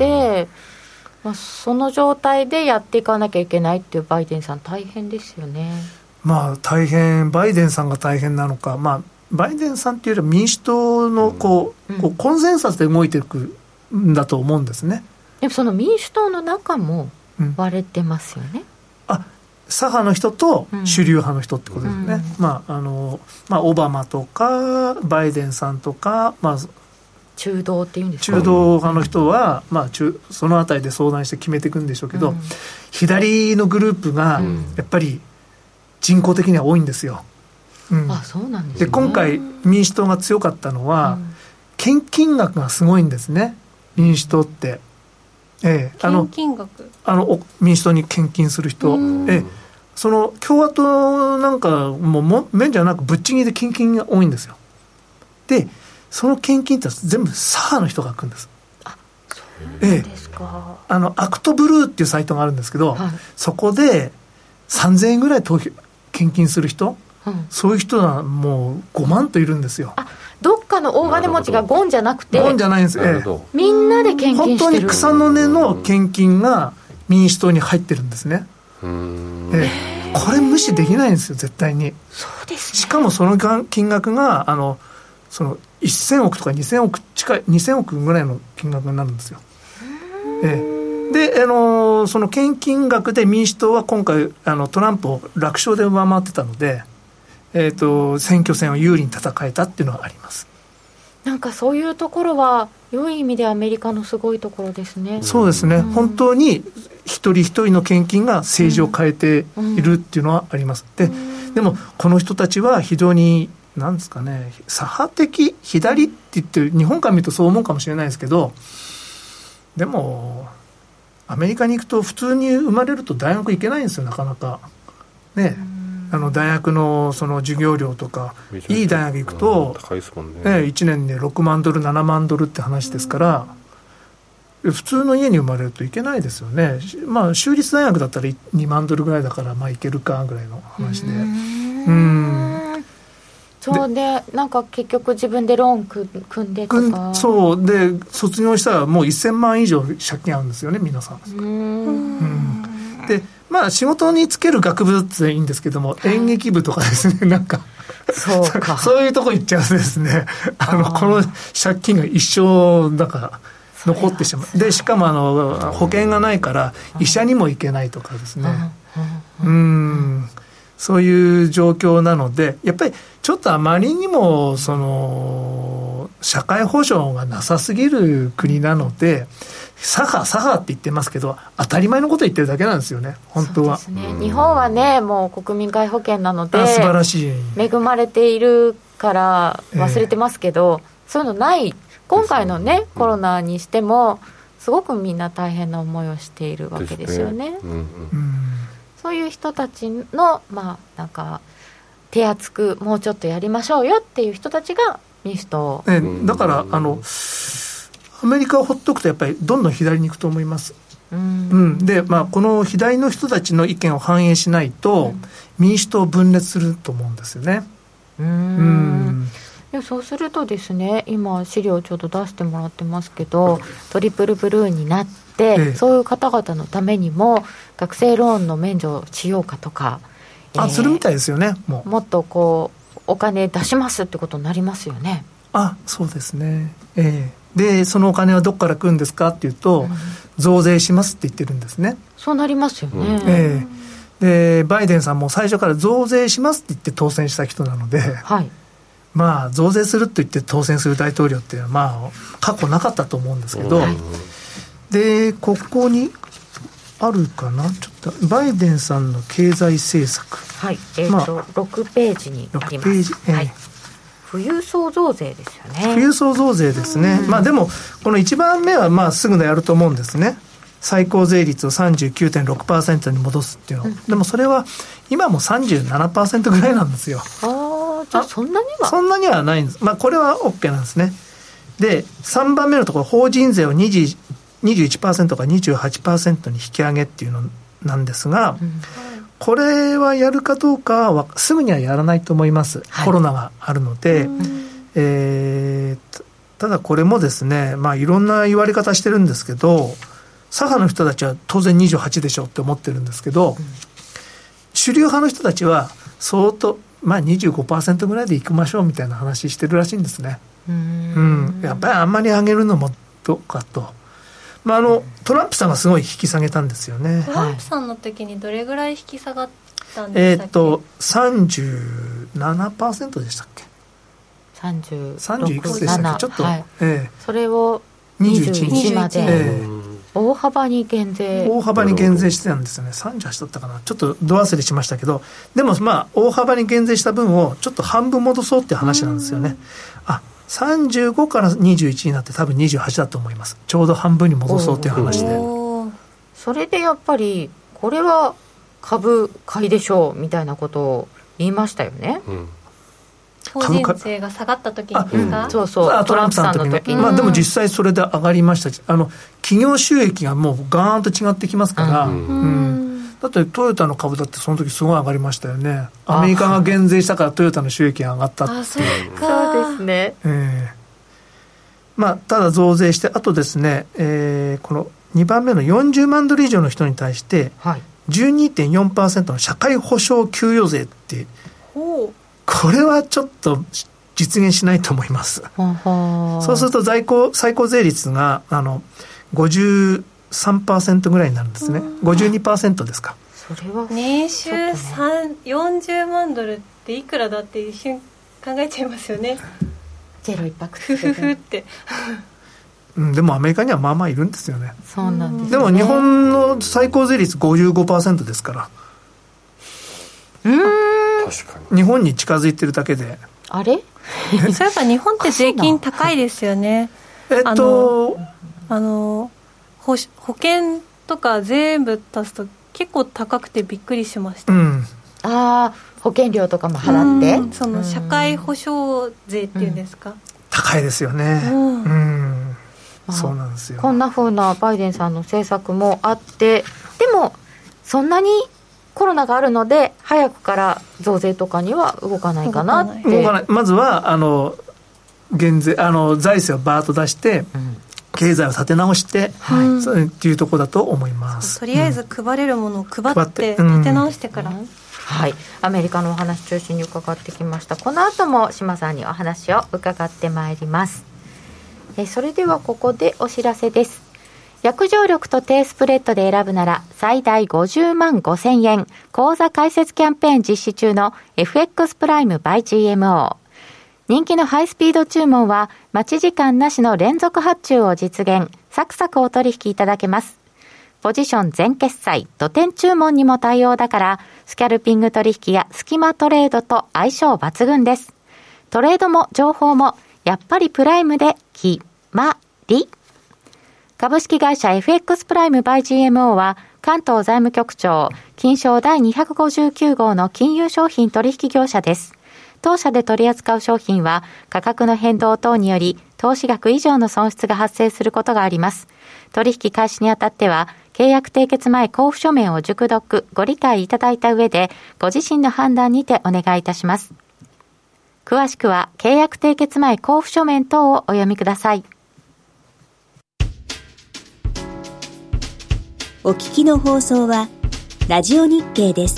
その状態でやっていかなきゃいけないっていうバイデンさん大変ですよね。 大変、バイデンさんが大変なのか、バイデンさんっていうよりは民主党のコンセンサスで動いていくんだと思うんですね。 でもその民主党の中も割れてますよね。 左派の人と主流派の人ってことですね。オバマとかバイデンさんとか、 中道っていうんですか、 中道派の人は、そのあたりで相談して決めていくんでしょうけど、左のグループがやっぱり人口的には多いんですよ。 そうなんですね。 で今回民主党が強かったのは、献金額がすごいんですね、民主党って。 献金額、 民主党に献金する人、その共和党なんかも面じゃなくぶっちぎりで献金が多いんですよ。でその献金って全部左派の人が来るんです。 そうですか。 アクトブルーっていうサイトがあるんですけど、そこで3000円ぐらい献金する人、そういう人はもう5万といるんですよ。 どっかの大金持ちがゴンじゃなくて、 ゴンじゃないんです。 みんなで献金してる。 本当に草の根の献金が民主党に入ってるんですね。これ無視できないんですよ、絶対に。 そうですね。 しかもその金額がその1000億とか2000億近い2000億ぐらいの金額になるんですよ。でその献金額で民主党は今回トランプを楽勝で上回ってたので、選挙戦を有利に戦えたっていうのはあります。 なんかそういうところは良い意味でアメリカのすごいところですね。 そうですね、本当に一人一人の献金が政治を変えているっていうのはあります。でもこの人たちは非常になんですかね、左派的左って言って日本から見るとそう思うかもしれないですけど、でもアメリカに行くと普通に生まれると大学行けないんですよ、なかなかね。大学のその授業料とかいい大学行くと、 高いですもんね。 1年で6万ドル7万ドルって話ですから、普通の家に生まれるといけないですよね。州立大学だったら2万ドルぐらいだからいけるかぐらいの話で。 そうで、なんか結局自分でローン組んでとか。 そうで、卒業したらもう1000万以上借金あるんですよね、皆さん。で仕事につける学部っていいんですけども、演劇部とかですね、なんかそういうとこ行っちゃうんですね。この借金が一生なんか残ってしまう。でしかも保険がないから医者にも行けないとかですね。そういう状況なので、やっぱりちょっとあまりにもその社会保障がなさすぎる国なので、左派って言ってますけど当たり前のこと言ってるだけなんですよね、本当は。 そうですね、日本はねもう国民皆保険なので素晴らしい、 恵まれているから忘れてますけど、そういうのない。今回のねコロナにしてもすごくみんな大変な思いをしているわけですよね。そういう人たちのなんか手厚くもうちょっとやりましょうよっていう人たちが民主党、 だからアメリカをほっとくとやっぱりどんどん左に行くと思います。でこの左の人たちの意見を反映しないと、民主党を分裂すると思うんですよね。 でそうするとですね、今資料ちょっと出してもらってますけど、トリプルブルーになって、そういう方々のためにも学生ローンの免除をしようかとか、 するみたいですよね。もっとお金出しますってことになりますよね。 そうですね。でそのお金はどこから来るんですかっていうと、増税しますって言ってるんですね。 そうなりますよね。 でバイデンさんも最初から増税しますって言って当選した人なので、増税すると言って当選する大統領って過去なかったと思うんですけど、でここにあるかな、ちょっとバイデンさんの経済政策、 6ページにあります。富裕層増税ですよね。 富裕層増税ですね。でもこの1番目はすぐやると思うんですね。最高税率を 39.6% に戻すっていうの、でもそれは今も 37% ぐらいなんですよ。 じゃあそんなにはないんです。これは OK なんですね。で3番目のところ、法人税を21% から 28% に引き上げっていうのなんですが、これはやるかどうかはすぐにはやらないと思います、コロナがあるので、ただこれもですね、いろんな言われ方してるんですけど、左派の人たちは当然28でしょって思ってるんですけど、主流派の人たちは相当、25% ぐらいでいきましょうみたいな話してるらしいんですね。やっぱりあんまり上げるのもどうかと。トランプさんがすごい引き下げたんですよね。 トランプさんの時にどれぐらい引き下がったんでしたっけ ？37% でしたっけ？30いくつでしたっけ？ちょっと、 それを21まで、大幅に減税してたんですよね。38だったかな、ちょっと度忘れしましたけど、でも大幅に減税した分をちょっと半分戻そうっていう話なんですよね。35から21になって多分28だと思います。ちょうど半分に戻そうっていう話で、 それでやっぱりこれは株買いでしょうみたいなことを言いましたよね。 法人税が下がった時にですか？ そうトランプさんの時に、 でも実際それで上がりましたし、企業収益がもうガーンと違ってきますから、だってトヨタの株だってその時すごい上がりましたよね。アメリカが減税したからトヨタの収益が上がったっていう。 そうですね。 ただ増税して、あとですね、この2番目の40万ドル以上の人に対して、12.4% の社会保障給与税って、これはちょっと実現しないと思います。そうすると最高税率が53% ぐらいになるんですね。52% ですか。 それは年収40万ドルっていくらだって一瞬考えちゃいますよね。 ゼロ一泊ふふふってでもアメリカにはまあまあいるんですよね。 そうなんですね。 でも日本の最高税率 55% ですから、 確かに日本に近づいてるだけで。 あれそういえば日本って税金高いですよね。保険とか全部足すと結構高くてびっくりしました。 保険料とかも払って、 その社会保障税っていうんですか、 高いですよね。そうなんですよ。 こんな風なバイデンさんの政策もあって、でもそんなにコロナがあるので早くから増税とかには動かないかなって。 動かない。まずは減税財政をバーッと出して、経済を立て直して、そうっていうところだと思います。 とりあえず配れるものを配って立て直してから、 アメリカのお話中心に伺ってきました。この後も島さんにお話を伺ってまいります。それではここでお知らせです。約定力と低スプレッドで選ぶなら最大50万5000円口座開設キャンペーン実施中の FX プライム by GMO。人気のハイスピード注文は待ち時間なしの連続発注を実現、サクサクお取引いただけます。ポジション全決済、土点注文にも対応だから、スキャルピング取引やスキマトレードと相性抜群です。トレードも情報もやっぱりプライムで決まり。株式会社 FX プライム by GMO は関東財務局長金商第259号の金融商品取引業者です。当社で取り扱う商品は価格の変動等により投資額以上の損失が発生することがあります。取引開始にあたっては契約締結前交付書面を熟読ご理解いただいた上でご自身の判断にてお願いいたします。詳しくは契約締結前交付書面等をお読みください。 お聞きの放送はラジオ日経です。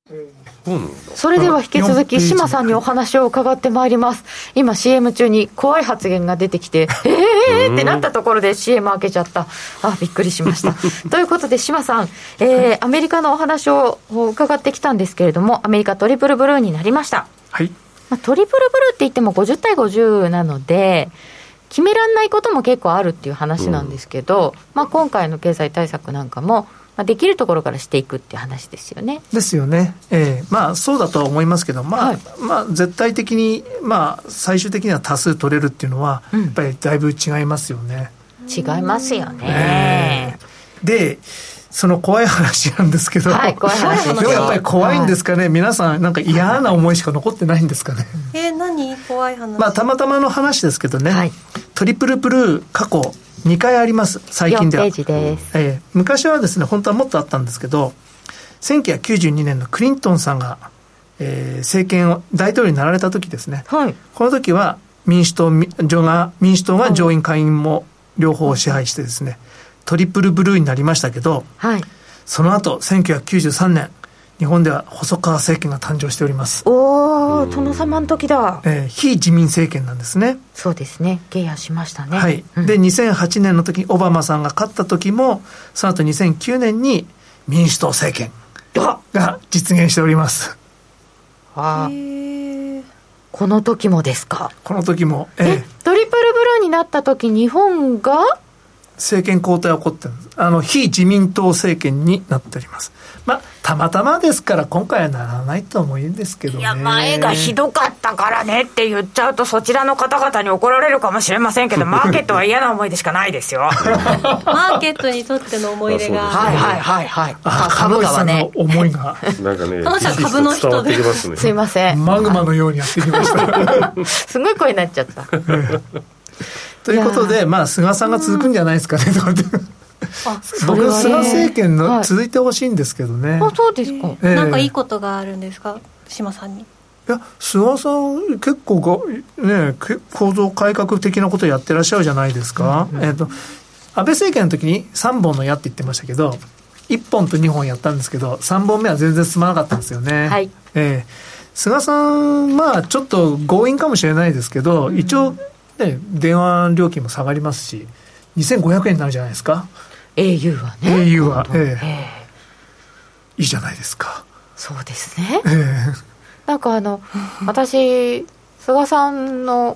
それでは引き続き島さんにお話を伺ってまいります。今 CM 中に怖い発言が出てきてってなったところで CM 開けちゃった。びっくりしましたということで島さん、アメリカのお話を伺ってきたんですけれども、アメリカトリプルブルーになりました。 はい、 トリプルブルーって言っても50対50なので決めらんないことも結構あるっていう話なんですけど、今回の経済対策なんかもできるところからしていくっていう話ですよね。 ですよね。そうだとは思いますけど、絶対的に、最終的には多数取れるっていうのは、やっぱりだいぶ違いますよね。 違いますよね。 で、その怖い話なんですけど、 怖い話でもやっぱり怖いんですかね、皆さんなんか嫌な思いしか残ってないんですかね。 何怖い話。 たまたまの話ですけどね、トリプルブルー過去2回あります、最近では。 4ページです。 昔はですね、本当はもっとあったんですけど、1992年のクリントンさんが、政権を大統領になられた時ですね、この時は民主党が上院下院も両方を支配してですね、トリプルブルーになりましたけど、その後1993年日本では細川政権が誕生しております。 殿様の時だ。 非自民政権なんですね。 そうですね、下野しましたね。 で2008年の時にオバマさんが勝った時も、その後2009年に民主党政権が実現しております。 この時もですか。 この時も、 トリプルブルーになった時日本が政権交代が起こってるんです。非自民党政権になっております。たまたまですから今回はならないと思うんですけどね。 いや、前がひどかったからねって言っちゃうとそちらの方々に怒られるかもしれませんけど、マーケットは嫌な思いでしかないですよマーケットにとっての思い出が。 株価はね、 思いがなんかね、 この人は株の人で、 すいません、 マグマのようにやってきましたすごい声になっちゃったということで、菅さんが続くんじゃないですかねとかって僕、菅政権の続いてほしいんですけどね。 そうですか。 なんかいいことがあるんですか、島さんに。 いや、菅さん結構構造改革的なことをやってらっしゃるじゃないですか。安倍政権の時に3本の矢って言ってましたけど、1本と2本やったんですけど、3本目は全然進まなかったんですよね。菅さんちょっと強引かもしれないですけど、一応電話料金も下がりますし2500円になるじゃないですか。 au はね。 au は、いいじゃないですか。 そうですね。なんか私菅さんの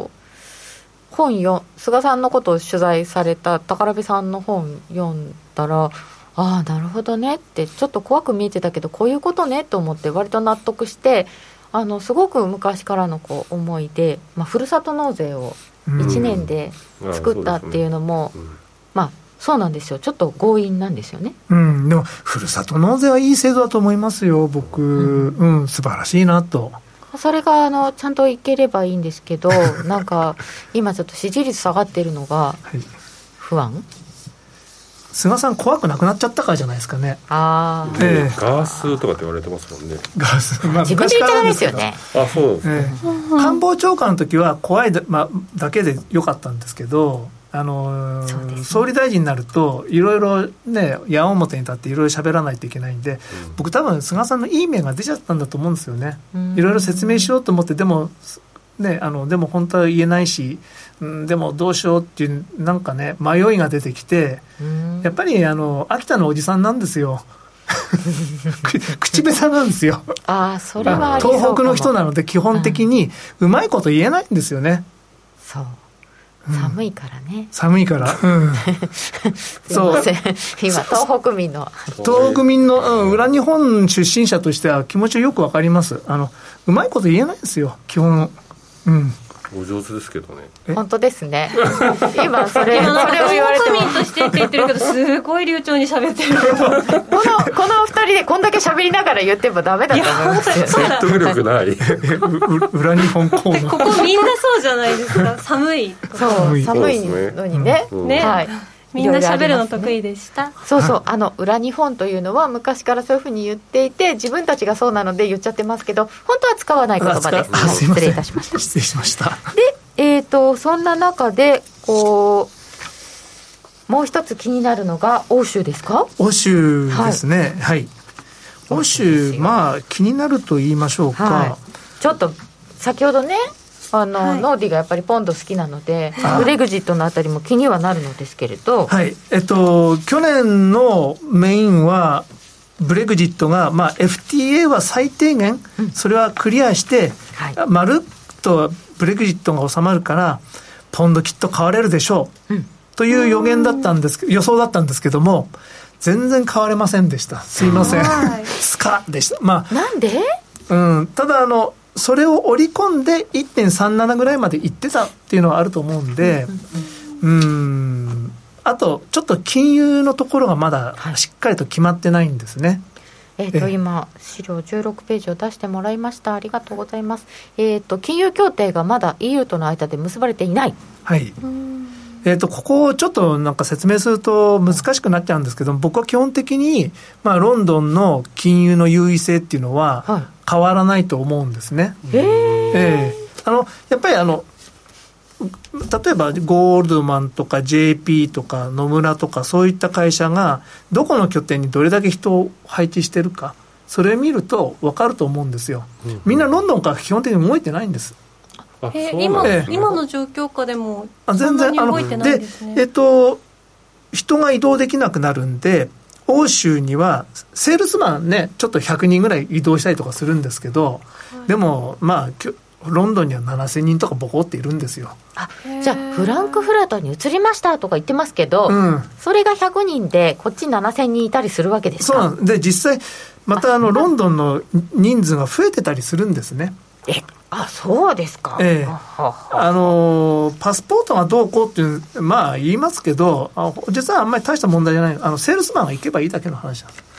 菅さんのことを取材された宝部さんの本読んだら、なるほどねってちょっと怖く見えてたけどこういうことねと思って割と納得して、すごく昔からの思いで、ふるさと納税を1年で作ったっていうのも、そうなんですよ、ちょっと強引なんですよね。 でもふるさと納税はいい制度だと思いますよ、僕。素晴らしいなと。 それがちゃんといければいいんですけどなんか今ちょっと支持率下がってるのが不安。 菅さん怖くなくなっちゃったからじゃないですかね。 ガースとかって言われてますもんね。 ガース、自分で言っちゃダメですよね。 そうですね。 官房長官の時は怖いだけでよかったんですけど、総理大臣になるといろいろね、矢面に立っていろいろ喋らないといけないんで、僕多分菅さんのいい面が出ちゃったんだと思うんですよね。いろいろ説明しようと思って、でもでも本当は言えないし、でもどうしようっていうなんかね、迷いが出てきて、やっぱり秋田のおじさんなんですよ口下手なんですよ。 それはありそうかも。 東北の人なので基本的にうまいこと言えないんですよね。 そう、寒いからね。 寒いから。すいません、今東北民の裏日本出身者としては気持ちよくわかります。うまいこと言えないんですよ、基本。 お上手ですけどね。 本当ですね。今それを言われても、 国民としてって言ってるけどすごい流暢に喋ってるこの 2人でこんだけ喋りながら言ってもダメだと思いますよ。 説得力ない。 裏日本コーナー。 ここみんなそうじゃないですか。寒いのにね。 みんな喋るの得意でした。 裏日本というのは昔からそういうふうに言っていて、自分たちがそうなので言っちゃってますけど、本当は使わない言葉です。失礼いたしました。 失礼しました。 で、そんな中でもう一つ気になるのが欧州ですか。 欧州ですね。 欧州、まあ気になると言いましょうか、 はい、ちょっと先ほどねノーディがやっぱりポンド好きなのでブレグジットのあたりも気にはなるのですけれど、 はい、去年のメインはブレグジットが、まあ、FTA は最低限それはクリアして、まるっとブレグジットが収まるからポンドきっと買われるでしょう、という予想だったんですけども、全然買われませんでした。すいませんスカでした。まあ、 なんで、 ただそれを織り込んで 1.37 ぐらいまでいってたっていうのはあると思うんで、あとちょっと金融のところがまだしっかりと決まってないんですね。 今資料16ページを出してもらいました。ありがとうございます。金融協定がまだ EU との間で結ばれていない。 はい。ここをちょっとなんか説明すると難しくなっちゃうんですけど、僕は基本的に、まあ、ロンドンの金融の優位性っていうのは変わらないと思うんですね。やっぱり例えばゴールドマンとか JP とか野村とかそういった会社がどこの拠点にどれだけ人を配置してるか、それを見ると分かると思うんですよ。みんなロンドンから基本的に動いてないんです。 今の状況下でもそんなに動いてないんですね。 人が移動できなくなるんで、欧州にはセールスマンねちょっと100人ぐらい移動したりとかするんですけど、でもまあロンドンには7000人とかボコっているんですよ。 じゃあフランクフルトに移りましたとか言ってますけど、それが100人でこっち7000人いたりするわけですか。 そうなんで、実際またロンドンの人数が増えてたりするんですね。 そうですか。 パスポートがどうこうっていうまあ言いますけど、実はあんまり大した問題じゃない。セールスマンが行けばいいだけの話なんです。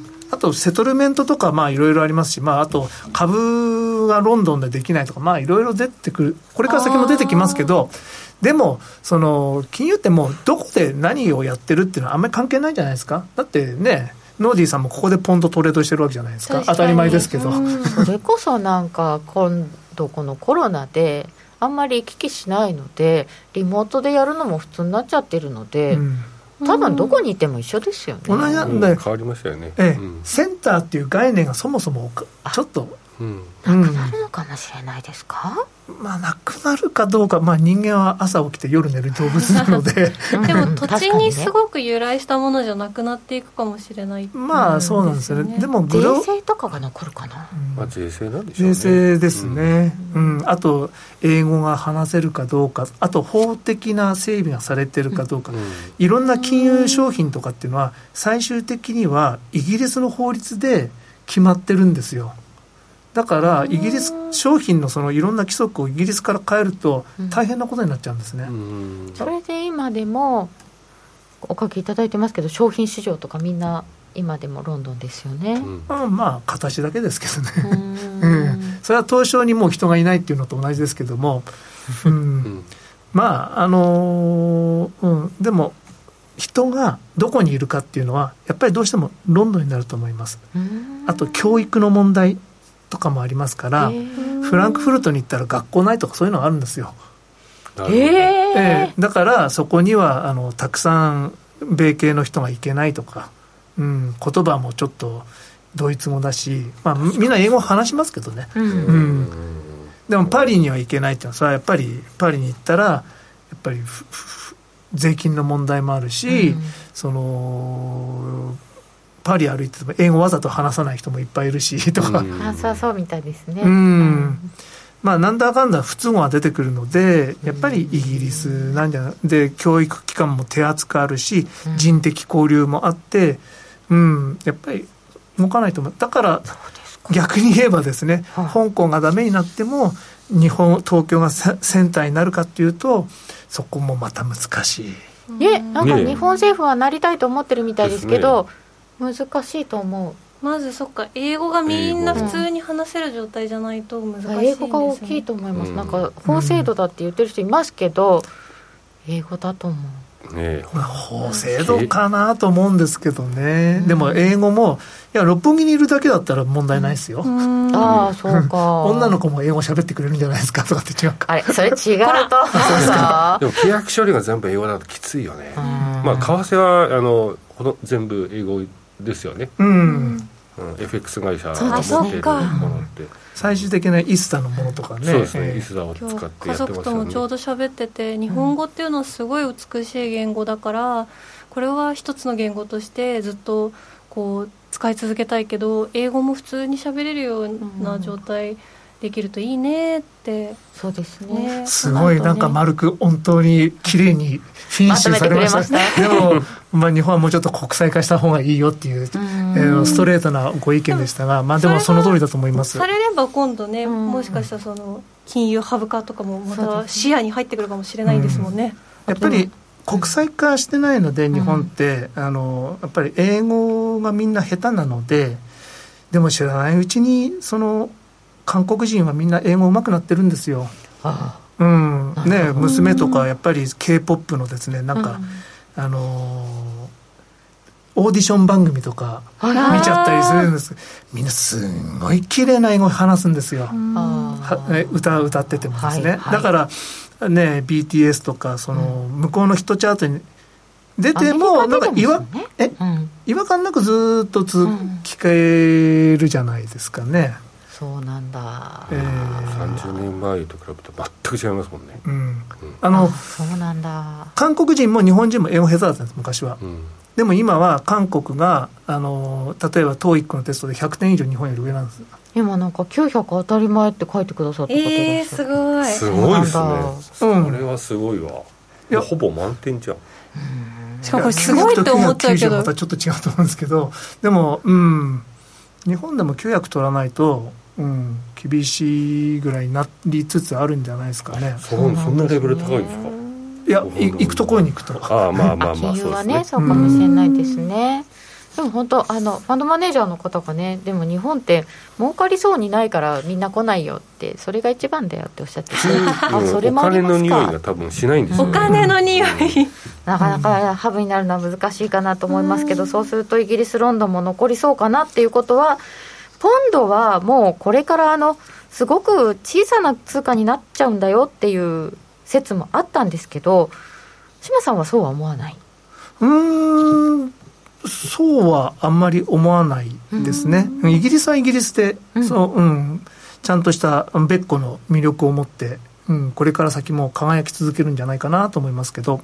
あとセトルメントとかまあいろいろありますし、まあ、あと株がロンドンでできないとかまあいろいろ出てくる。これから先も出てきますけど、でも金融ってもうどこで何をやってるっていうのはあんまり関係ないんじゃないですか。だってね、ノーディーさんもここでポンドトレードしてるわけじゃないですか。当たり前ですけど、 それこそなんか今度このコロナであんまり行き来しないのでリモートでやるのも普通になっちゃってるので、多分どこにいても一緒ですよね。 同じなんで変わりましたよね。 センターっていう概念がそもそもちょっとなくなるのかもしれないですか。 まあ、なくなるかどうか、まあ、人間は朝起きて夜寝る動物なのででも土地にすごく由来したものじゃなくなっていくかもしれない、 まあそうなんですよね。でも税制とかが残るかな、 まあ、税制なんでしょうね。 税制ですね、あと英語が話せるかどうか、あと法的な整備がされてるかどうか、いろんな金融商品とかっていうのは最終的にはイギリスの法律で決まってるんですよ。だからイギリス商品のそのいろんな規則をイギリスから変えると大変なことになっちゃうんですね。 それで今でもお書きいただいてますけど、商品市場とかみんな今でもロンドンですよね。 まあ形だけですけどねそれは東証にもう人がいないっていうのと同じですけどもまあでも人がどこにいるかっていうのはやっぱりどうしてもロンドンになると思います。あと教育の問題とかもありますから、フランクフルトに行ったら学校ないとかそういうのがあるんですよ。だからそこにはたくさん米系の人が行けないとか、言葉もちょっとドイツ語だし、まあ、みんな英語話しますけどね、でもパリには行けないっていうのは、それはやっぱりパリに行ったらやっぱり税金の問題もあるし、パリ歩いてても英語わざと話さない人もいっぱいいるしとか、 そうみたいですね。 まあ、なんだかんだ不都合が出てくるので、やっぱりイギリスなんじゃないで、教育機関も手厚くあるし、人的交流もあって、やっぱり動かないと思う。だから逆に言えばですね、香港がダメになっても東京がセンターになるかっていうと、そこもまた難しい。 なんか日本政府はなりたいと思ってるみたいですけど、難しいと思う。 まずそっか、英語がみんな普通に話せる状態じゃないと難しいんですね。 英語が大きいと思います。なんか法制度だって言ってる人いますけど、英語だと思う。 法制度かなと思うんですけどね。でも英語も六本木にいるだけだったら問題ないですよ。 そうか。 女の子も英語喋ってくれるんじゃないですかとかって違うか。 あれ、それ違うとでも契約処理が全部英語だときついよね。まあ為替は全部英語ですよね。 FX 会社が持っているものって最終的なイスタのものとかね。 そうですね、イスタを使ってやってますよね。 家族ともちょうど喋ってて、日本語っていうのはすごい美しい言語だから、これは一つの言語としてずっとこう使い続けたいけど、英語も普通に喋れるような状態できるといいねって。 そうですね。 すごいなんか丸く本当に綺麗にフィニッシュされました。でも、日本はもうちょっと国際化した方がいいよっていう、ストレートなご意見でしたが、でもその通りだと思います。 されれば今度ね、もしかしたらその金融ハブ化とかもまた視野に入ってくるかもしれないんですもんね。 やっぱり国際化してないので日本って、やっぱり英語がみんな下手なので、でも知らないうちにその韓国人はみんな英語上手くなってるんですよ。娘とかやっぱり K-POP のですね、なんか、オーディション番組とか見ちゃったりするんです。みんなすごい綺麗な英語を話すんですよ。歌っててもですね、だからね、BTS とかその向こうのヒットチャートに出てもなんか違和感なくずっと聞けるじゃないですかね。 そうなんだ。 30年前と比べて全く違いますもんね。 そうなんだ。 韓国人も日本人も英語下手だったんです昔は。でも今は韓国が例えば TOEIC のテストで100点以上日本より上なんです。 今なんか900当たり前って書いてくださった方いらっしゃる。 すごいですね。それはすごいわ。ほぼ満点じゃん。 しかもこれすごいって思っちゃうけど、 またちょっと違うと思うんですけど、でも日本でも900取らないと厳しいぐらいになりつつあるんじゃないですかね。 そんなレベル高いんですか。 いや、行くところに行くと。 金融はね、そうかもしれないですね。でも本当ファンドマネージャーの方がね、でも日本って儲かりそうにないからみんな来ないよって、それが一番だよっておっしゃってて、それもありますか。お金の匂いが多分しないんですよね。 お金の匂いなかなかハブになるのは難しいかなと思いますけど、そうするとイギリスロンドンも残りそうかなっていうことは、ポンドはもうこれからすごく小さな通貨になっちゃうんだよっていう説もあったんですけど、島さんはそうは思わない？ そうはあんまり思わないですね。イギリスはイギリスで、ちゃんとした別個の魅力を持って、これから先も輝き続けるんじゃないかなと思いますけど、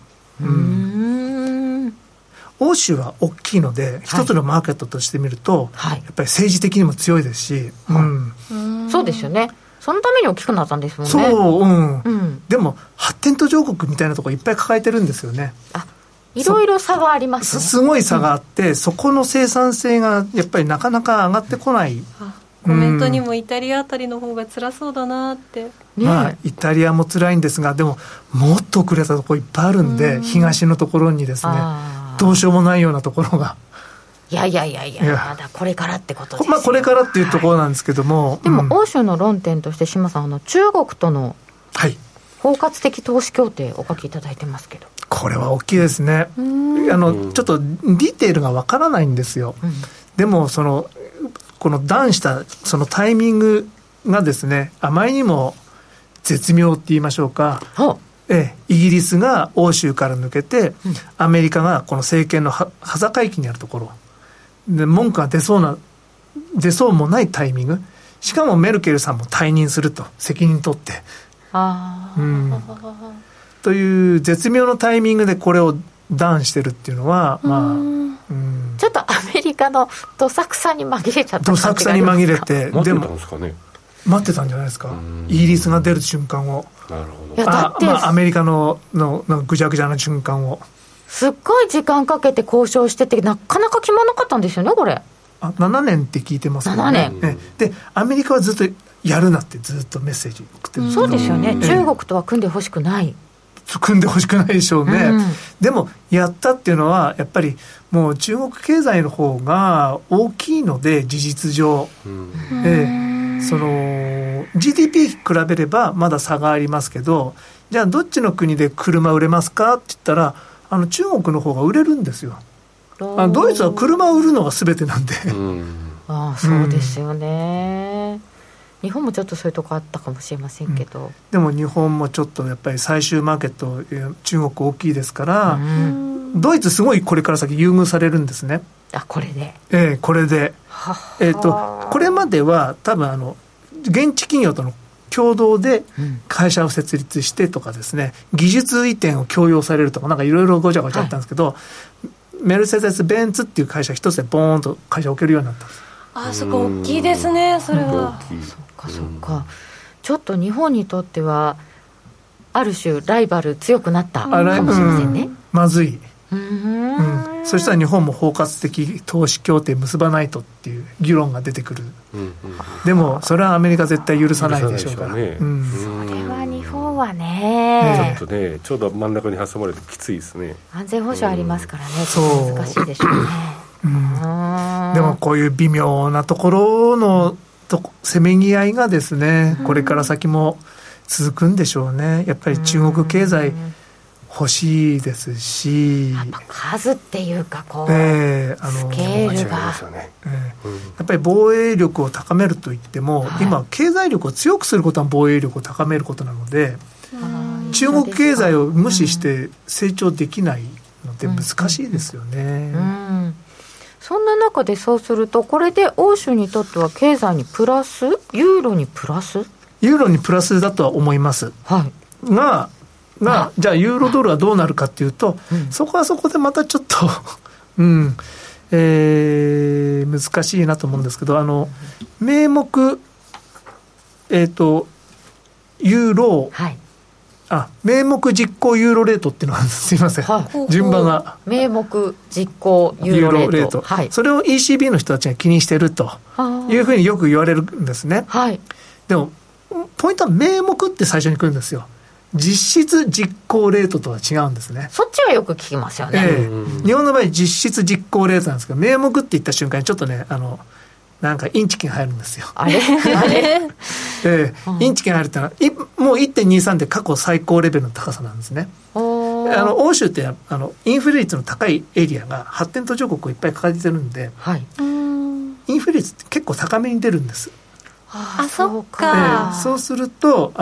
欧州は大きいので、一つのマーケットとして見ると、やっぱり政治的にも強いですし、 そうですよね。そのために大きくなったんですもんね。 でも発展途上国みたいなところいっぱい抱えてるんですよね。 いろいろ差がありますね。 すごい差があって、そこの生産性がやっぱりなかなか上がってこない。 コメントにもイタリアあたりの方が辛そうだなって、 イタリアも辛いんですが、でももっと遅れたところいっぱいあるんで、東のところにですね、どうしようもないようなところが、 いやまだこれからってことですよ。 これからっていうところなんですけども、 でも欧州の論点として島さん、中国との包括的投資協定お書きいただいてますけど、 これは大きいですね。ちょっとディテールがわからないんですよ。でもこの断したそのタイミングがですね、あまりにも絶妙って言いましょうか。イギリスが欧州から抜けて、アメリカがこの政権の端境期にあるところで、文句が出そうもないタイミング、しかもメルケルさんも退任すると、責任取って、という絶妙のタイミングでこれを断してるっていうのは、 ちょっとアメリカのどさくさに紛れちゃった感じがありますか。どさくさに紛れて、 待ってたんですかね。 待ってたんじゃないですか、イギリスが出る瞬間を。 なるほど。 だってアメリカのぐちゃぐちゃな瞬間をすっごい時間かけて交渉してて、なかなか決まらなかったんですよね、これ。 7年って聞いてますからね。7年、でアメリカはずっとやるなってずっとメッセージ送ってるんです。 そうですよね、中国とは組んでほしくない、 組んでほしくないでしょうね、でもやったっていうのはやっぱりもう中国経済の方が大きいので、事実上、GDP 比べればまだ差がありますけど、じゃあどっちの国で車売れますかって言ったら、中国の方が売れるんですよ。ドイツは車を売るのが全てなんで、 そうですよね、日本もちょっとそういうとこあったかもしれませんけど、 でも日本もちょっとやっぱり最終マーケット中国大きいですから、ドイツすごいこれから先優遇されるんですね。 これで、 これでこれまでは多分現地企業との共同で会社を設立してとかですね、技術移転を強要されるとかなんかいろいろごちゃごちゃあったんですけど、メルセデス・ベンツっていう会社一つでボーンと会社を置けるようになったんです。 そこ大きいですね、それは。 そっか、ちょっと日本にとってはある種ライバル強くなったかもしれませんね。 まずい。そしたら日本も包括的投資協定結ばないとっていう議論が出てくる、でもそれはアメリカ絶対許さないでしょうから、それは日本はね、 ちょっとねちょうど真ん中に挟まれてきついですね。 安全保障ありますからね、難しいでしょうね。 でもこういう微妙なところのせめぎ合いがですね、これから先も続くんでしょうね。やっぱり中国経済欲しいですし、 やっぱ数っていうかこう、スケールが、やっぱり防衛力を高めるといっても、今経済力を強くすることは防衛力を高めることなので、中国経済を無視して成長できないので難しいですよね。 そんな中でそうすると、これで欧州にとっては経済にプラス、ユーロにプラス？ ユーロにプラスだとは思います、がじゃあユーロドルはどうなるかっていうと、そこはそこでまたちょっと難しいなと思うんですけど、名目ユーロ、名目実行ユーロレートっていうのがあるんです。すいません、順番が名目実行ユーロレート、 それを ECB の人たちが気にしてるというふうによく言われるんですね。でもポイントは名目って最初に来るんですよ。実質実行レートとは違うんですね。 そっちはよく聞きますよね。 日本の場合実質実行レートなんですけど、名目って言った瞬間にちょっとね、なんかインチキが入るんですよ。インチキが入るってのはもう 1.23 で過去最高レベルの高さなんですね。欧州ってインフレ率の高いエリアが発展途上国をいっぱい抱えてるんで、インフレ率って結構高めに出るんです。 そうか。 そうすると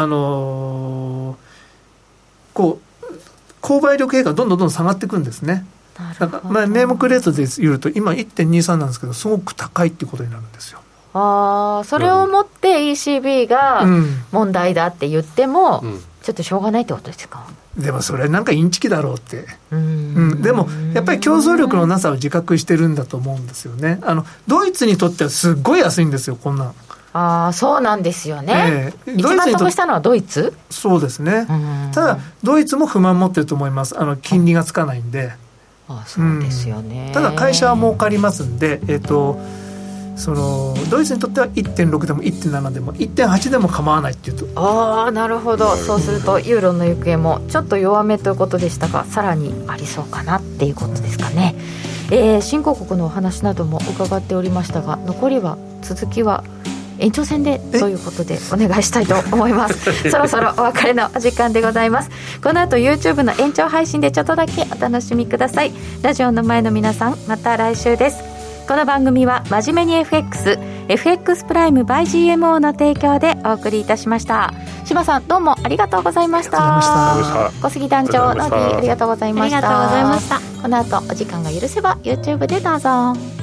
購買力平価がどんどん下がっていくんですね。名目レートで言うと今 1.23 なんですけど、すごく高いっていうことになるんですよ。 それをもって ECB が問題だって言っても、ちょっとしょうがないってことですか。 でもそれなんかインチキだろうって、でもやっぱり競争力のなさを自覚してるんだと思うんですよね。ドイツにとってはすっごい安いんですよ、こんなん。 そうなんですよね。一番得したのはドイツ？そうですね。 ただドイツも不満持ってると思います。金利がつかないんで。 そうですよね。 ただ会社は儲かりますんで、ドイツにとっては 1.6 でも 1.7 でも 1.8 でも構わないっていうと、 なるほど。そうするとユーロの行方もちょっと弱めということでしたが、さらにありそうかなっていうことですかね。新興国のお話なども伺っておりましたが、残りは続きは延長戦でということでお願いしたいと思いますそろそろお別れのお時間でございます。この後 YouTube の延長配信でちょっとだけお楽しみください。ラジオの前の皆さん、また来週です。この番組は真面目に FX プライム by GMO の提供でお送りいたしました。柴さん、どうもありがとうございました。小杉団長、ナビありがとうございました。 ありがとうございました。 この後お時間が許せば YouTube でどうぞ。